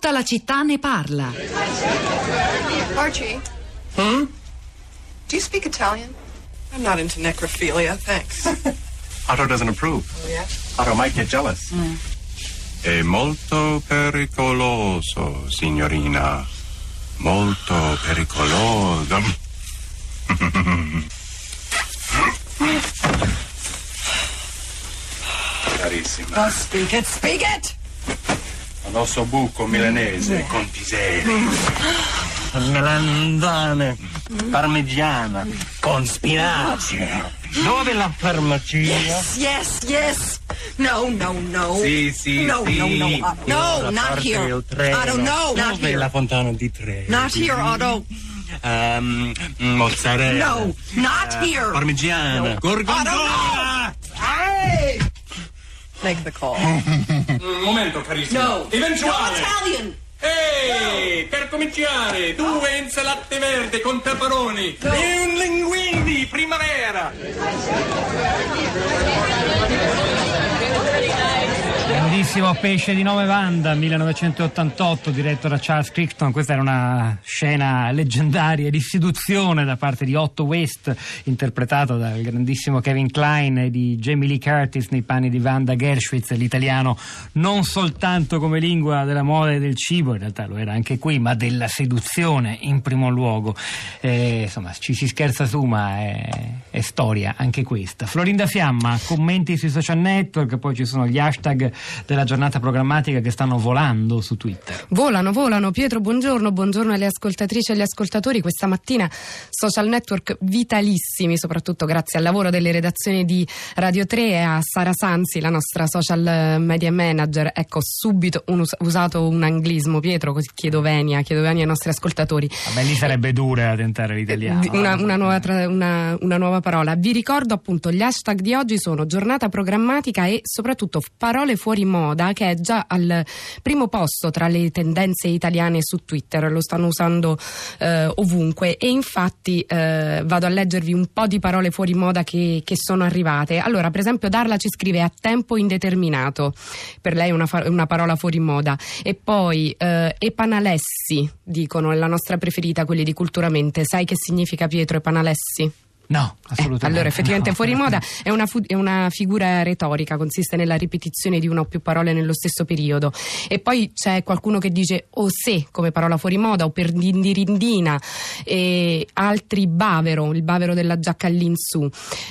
Tutta la città ne parla. Archie? Do you speak Italian? I'm not into necrophilia, thanks. Otto doesn't approve. Oh, yeah? Otto might get jealous. È molto pericoloso, signorina. Molto pericoloso. Carissima. Speak it, speak it! L'osso buco milanese con piselli. Melandane, parmigiana, con spinaci. Dove la farmacia? Yes. No. Sì. No, not here. Otto, no, not Dove here. la fontana di Trevi? Not here, Otto. Mozzarella. No, not here. Parmigiana. No. Gorgonzola. Hey! Make the call. Un momento, carissimo. No. Eventuale. No Italian. Ehi, per cominciare, 2 insalate verde con peperoni e un linguine di primavera. Grandissimo Pesce di nome Wanda, 1988, diretto da Charles Crichton. Questa era una scena leggendaria di seduzione da parte di Otto West, interpretato dal grandissimo Kevin Kline, e di Jamie Lee Curtis nei panni di Wanda Gershwitz. L'italiano non soltanto come lingua della moda e del cibo, in realtà lo era anche qui, ma della seduzione in primo luogo. Insomma, ci si scherza su, ma è storia anche questa. Florinda Fiamma, commenti sui social network, poi ci sono gli hashtag della giornata programmatica che stanno volando su Twitter. Volano. Pietro, buongiorno alle ascoltatrici e agli ascoltatori. Questa mattina social network vitalissimi, soprattutto grazie al lavoro delle redazioni di Radio 3 e a Sara Sanzi, la nostra social media manager. Ecco, subito usato un anglismo, Pietro, così chiedo venia ai nostri ascoltatori. Vabbè, lì sarebbe dura tentare l'italiano. Una nuova parola. Vi ricordo appunto gli hashtag di oggi sono giornata programmatica e soprattutto parole fuori moda, che è già al primo posto tra le tendenze italiane su Twitter, lo stanno usando ovunque, e infatti vado a leggervi un po' di parole fuori moda che sono arrivate. Allora, per esempio Darla ci scrive a tempo indeterminato, per lei è una parola fuori moda, e poi epanalessi, dicono, è la nostra preferita, quelli di Culturamente. Sai che significa, Pietro, epanalessi? No, assolutamente. Allora, effettivamente no. Fuori moda è una figura retorica, consiste nella ripetizione di una o più parole nello stesso periodo. E poi c'è qualcuno che dice o se come parola fuori moda, o per dindirindina, e altri bavero, il bavero della giacca all'insù.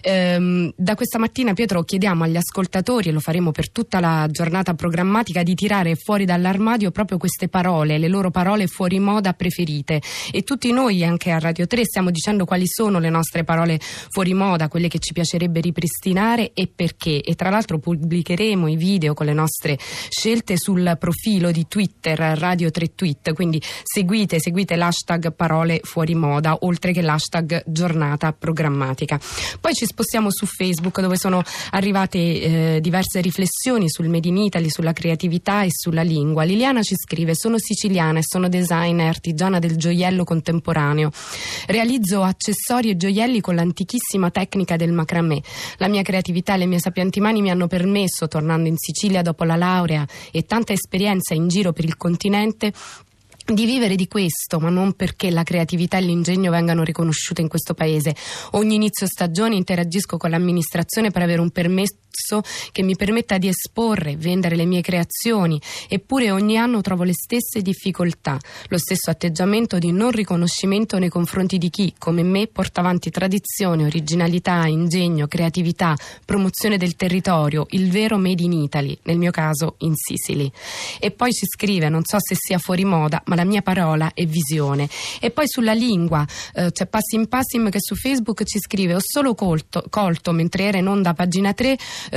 Da questa mattina, Pietro, chiediamo agli ascoltatori, e lo faremo per tutta la giornata programmatica, di tirare fuori dall'armadio proprio queste parole, le loro parole fuori moda preferite. E tutti noi, anche a Radio 3, stiamo dicendo quali sono le nostre parole fuori moda, quelle che ci piacerebbe ripristinare e perché. E tra l'altro pubblicheremo i video con le nostre scelte sul profilo di Twitter Radio 3 Tweet, quindi seguite l'hashtag parole fuori moda, oltre che l'hashtag giornata programmatica. Poi ci spostiamo su Facebook, dove sono arrivate diverse riflessioni sul Made in Italy, sulla creatività e sulla lingua. Liliana ci scrive: sono siciliana e sono designer, artigiana del gioiello contemporaneo, realizzo accessori e gioielli con l'antichissima tecnica del macramè. La mia creatività e le mie sapienti mani mi hanno permesso, tornando in Sicilia dopo la laurea e tanta esperienza in giro per il continente, di vivere di questo, ma non perché la creatività e l'ingegno vengano riconosciute in questo paese. Ogni inizio stagione interagisco con l'amministrazione per avere un permesso che mi permetta di esporre, vendere le mie creazioni, eppure ogni anno trovo le stesse difficoltà, lo stesso atteggiamento di non riconoscimento nei confronti di chi, come me, porta avanti tradizione, originalità, ingegno, creatività, promozione del territorio, il vero Made in Italy, nel mio caso in Sicily. E poi ci scrive: non so se sia fuori moda, ma la mia parola è visione. E poi sulla lingua c'è Passim che su Facebook ci scrive: ho solo colto mentre era in onda Pagina 3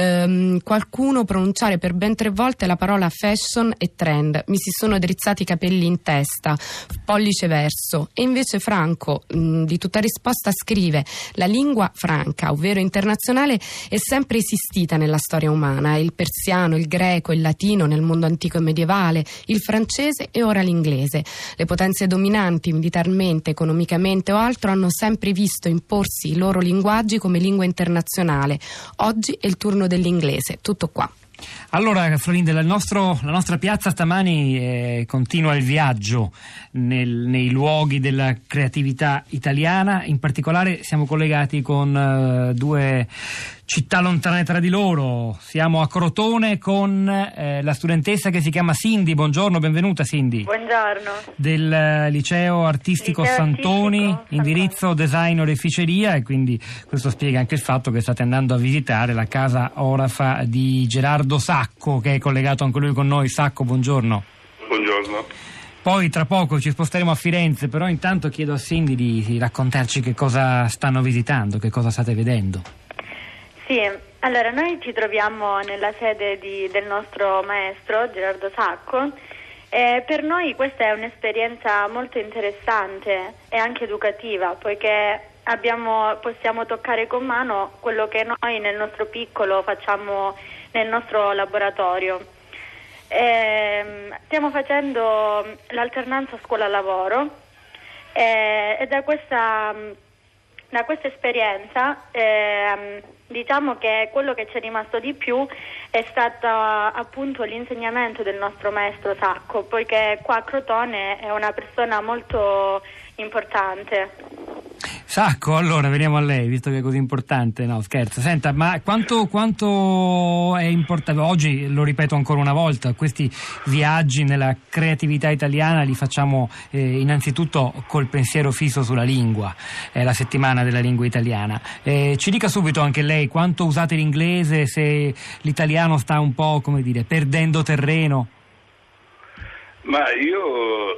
qualcuno pronunciare per ben 3 volte la parola fashion e trend. Mi si sono drizzati i capelli in testa, pollice verso. E invece Franco di Tutta Risposta scrive: la lingua franca, ovvero internazionale, è sempre esistita nella storia umana. Il persiano, il greco, il latino nel mondo antico e medievale, il francese e ora l'inglese. Le potenze dominanti militarmente, economicamente o altro hanno sempre visto imporsi i loro linguaggi come lingua internazionale. Oggi è il turno dell'inglese. Tutto qua. Allora, Florinda, la nostra piazza stamani continua il viaggio nei luoghi della creatività italiana. In particolare siamo collegati con due città lontane tra di loro. Siamo a Crotone con la studentessa che si chiama Cindy. Buongiorno, benvenuta Cindy. Buongiorno. Del liceo artistico Santoni, indirizzo design oreficeria, e quindi questo spiega anche il fatto che state andando a visitare la casa orafa di Gerardo Sacco, che è collegato anche lui con noi. Sacco, buongiorno. Buongiorno. Poi tra poco ci sposteremo a Firenze, però intanto chiedo a Cindy di raccontarci che cosa stanno visitando, che cosa state vedendo. Sì, allora noi ci troviamo nella sede del nostro maestro Gerardo Sacco. Per noi questa è un'esperienza molto interessante e anche educativa, poiché possiamo toccare con mano quello che noi nel nostro piccolo facciamo nel nostro laboratorio. Stiamo facendo l'alternanza scuola-lavoro e da questa esperienza diciamo che quello che ci è rimasto di più è stato appunto l'insegnamento del nostro maestro Sacco, poiché qua a Crotone è una persona molto importante. Sacco, allora veniamo a lei, visto che è così importante. No, scherzo. Senta, ma quanto è importante, oggi lo ripeto ancora una volta, questi viaggi nella creatività italiana li facciamo innanzitutto col pensiero fisso sulla lingua, è la settimana della lingua italiana. Ci dica subito anche lei quanto usate l'inglese, se l'italiano sta un po', come dire, perdendo terreno. Ma io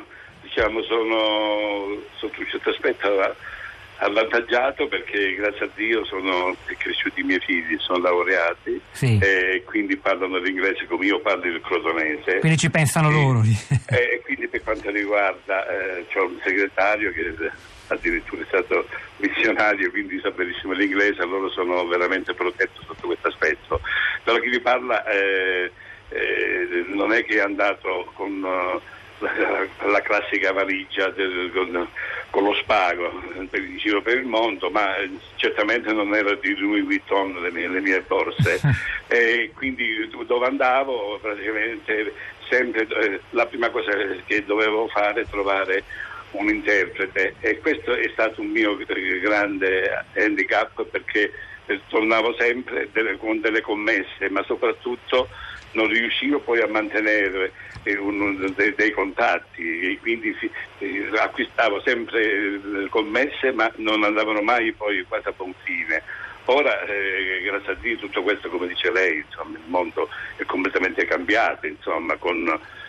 sono sotto un certo aspetto avvantaggiato, perché grazie a Dio sono cresciuti i miei figli, sono laureati, sì. E quindi parlano l'inglese come io parlo il crotonese. Quindi ci pensano loro. E quindi per quanto riguarda c'ho un segretario che addirittura è stato missionario, quindi sa benissimo l'inglese, loro sono veramente protetti sotto questo aspetto. Però chi vi parla non è che è andato con la classica valigia con lo spago in giro per il mondo, ma certamente non era di Louis Vuitton le mie borse. E quindi dove andavo praticamente sempre la prima cosa che dovevo fare è trovare un interprete, e questo è stato un mio grande handicap, perché tornavo sempre con delle commesse, ma soprattutto non riuscivo poi a mantenere dei contatti, e quindi acquistavo sempre commesse, ma non andavano mai poi quasi a buon fine. Ora, grazie a Dio, tutto questo, come dice lei, insomma, il mondo è completamente cambiato, insomma, con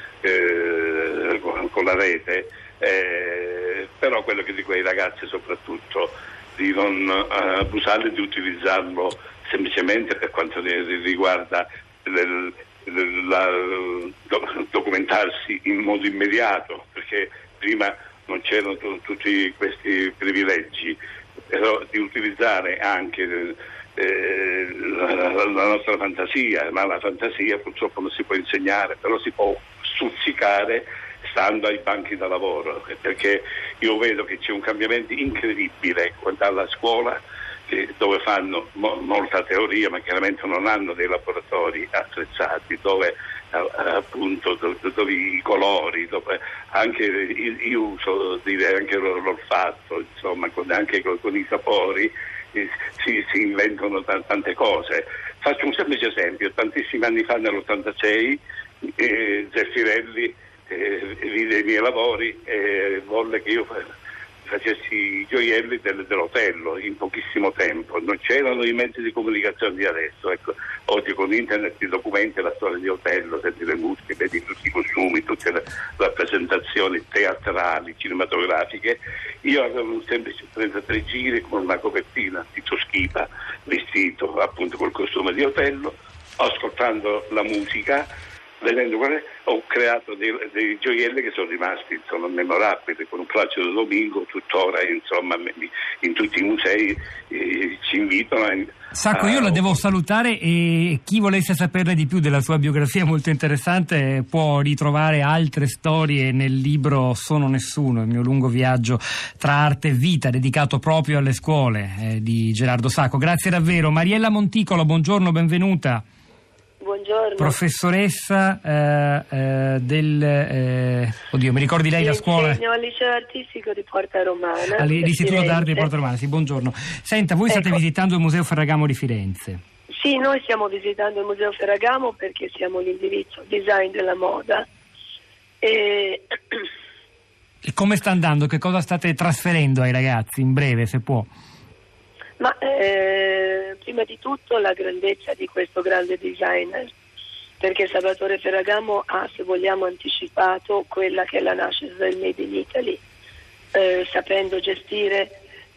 la rete, però quello che dico ai ragazzi soprattutto di non abusarlo, di utilizzarlo semplicemente per quanto riguarda documentarsi in modo immediato, perché prima non c'erano tutti questi privilegi, però di utilizzare anche la nostra fantasia, ma la fantasia purtroppo non si può insegnare, però si può stuzzicare stando ai banchi da lavoro, perché io vedo che c'è un cambiamento incredibile dalla scuola, dove fanno molta teoria, ma chiaramente non hanno dei laboratori attrezzati dove appunto dove i colori, dove anche io uso direi anche l'olfatto, insomma, anche con i sapori si inventano tante cose. Faccio un semplice esempio: tantissimi anni fa, nell'86, Zeffirelli vide i miei lavori e volle che io facessi i gioielli dell'Otello in pochissimo tempo. Non c'erano i mezzi di comunicazione di adesso, ecco. Oggi con internet ti documenti la storia di Otello, senti le musiche, vedi tutti i costumi, tutte le rappresentazioni teatrali, cinematografiche. Io avevo un semplice 33 giri con una copertina di Toschipa, vestito appunto col costume di Otello, ascoltando la musica, vedendo ho creato dei gioielli che sono rimasti, insomma, memorabili, con un Placido Domingo. Tuttora, insomma, in tutti i musei ci invitano Sacco, io la devo salutare, e chi volesse saperne di più della sua biografia molto interessante può ritrovare altre storie nel libro Sono Nessuno, il mio lungo viaggio tra arte e vita, dedicato proprio alle scuole, di Gerardo Sacco. Grazie davvero. Mariella Monticolo, buongiorno, benvenuta. buongiorno. Professoressa oddio, mi ricordi lei la scuola? Insegno al liceo artistico di Porta Romana. All'Istituto d'Arte di Porta Romana, sì, buongiorno. Senta, voi state visitando il Museo Ferragamo di Firenze. Sì, noi stiamo visitando il Museo Ferragamo perché siamo l'indirizzo design della moda. E come sta andando? Che cosa state trasferendo ai ragazzi, in breve, se può? Ma prima di tutto la grandezza di questo grande designer, perché Salvatore Ferragamo ha, se vogliamo, anticipato quella che è la nascita del Made in Italy, sapendo gestire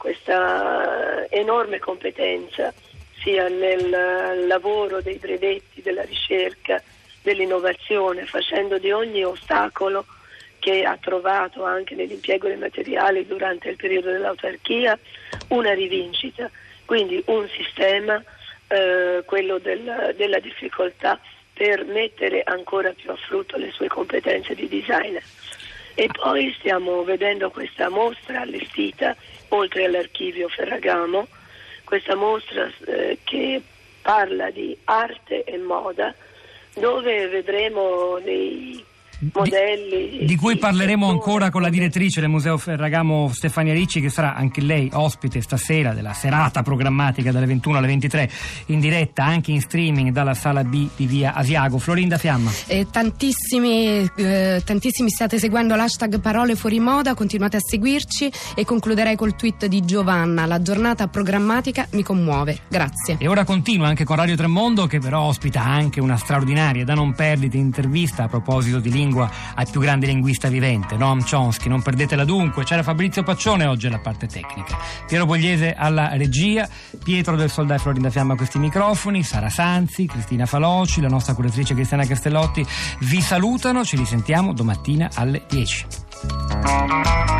questa enorme competenza sia nel lavoro dei brevetti, della ricerca, dell'innovazione, facendo di ogni ostacolo che ha trovato anche nell'impiego dei materiali durante il periodo dell'autarchia una rivincita, quindi un sistema, quello della difficoltà, per mettere ancora più a frutto le sue competenze di designer. E poi stiamo vedendo questa mostra allestita, oltre all'archivio Ferragamo, questa mostra che parla di arte e moda, dove vedremo dei modelli di cui parleremo ancora con la direttrice del Museo Ferragamo, Stefania Ricci, che sarà anche lei ospite stasera della serata programmatica dalle 21 alle 23 in diretta anche in streaming dalla sala B di via Asiago. Florinda Fiamma. Tantissimi state seguendo l'hashtag Parole Fuori Moda, continuate a seguirci, e concluderei col tweet di Giovanna: la giornata programmatica mi commuove, grazie. E ora continua anche con Radio Tremondo, che però ospita anche una straordinaria da non perdite intervista a proposito di lingua al più grande linguista vivente, Noam Chomsky. Non perdetela dunque. C'era Fabrizio Paccione oggi alla parte tecnica, Piero Pugliese alla regia, Pietro del Soldà e Florinda Fiamma a questi microfoni, Sara Sanzi, Cristina Faloci, la nostra curatrice Cristiana Castellotti vi salutano. Ci risentiamo domattina alle 10.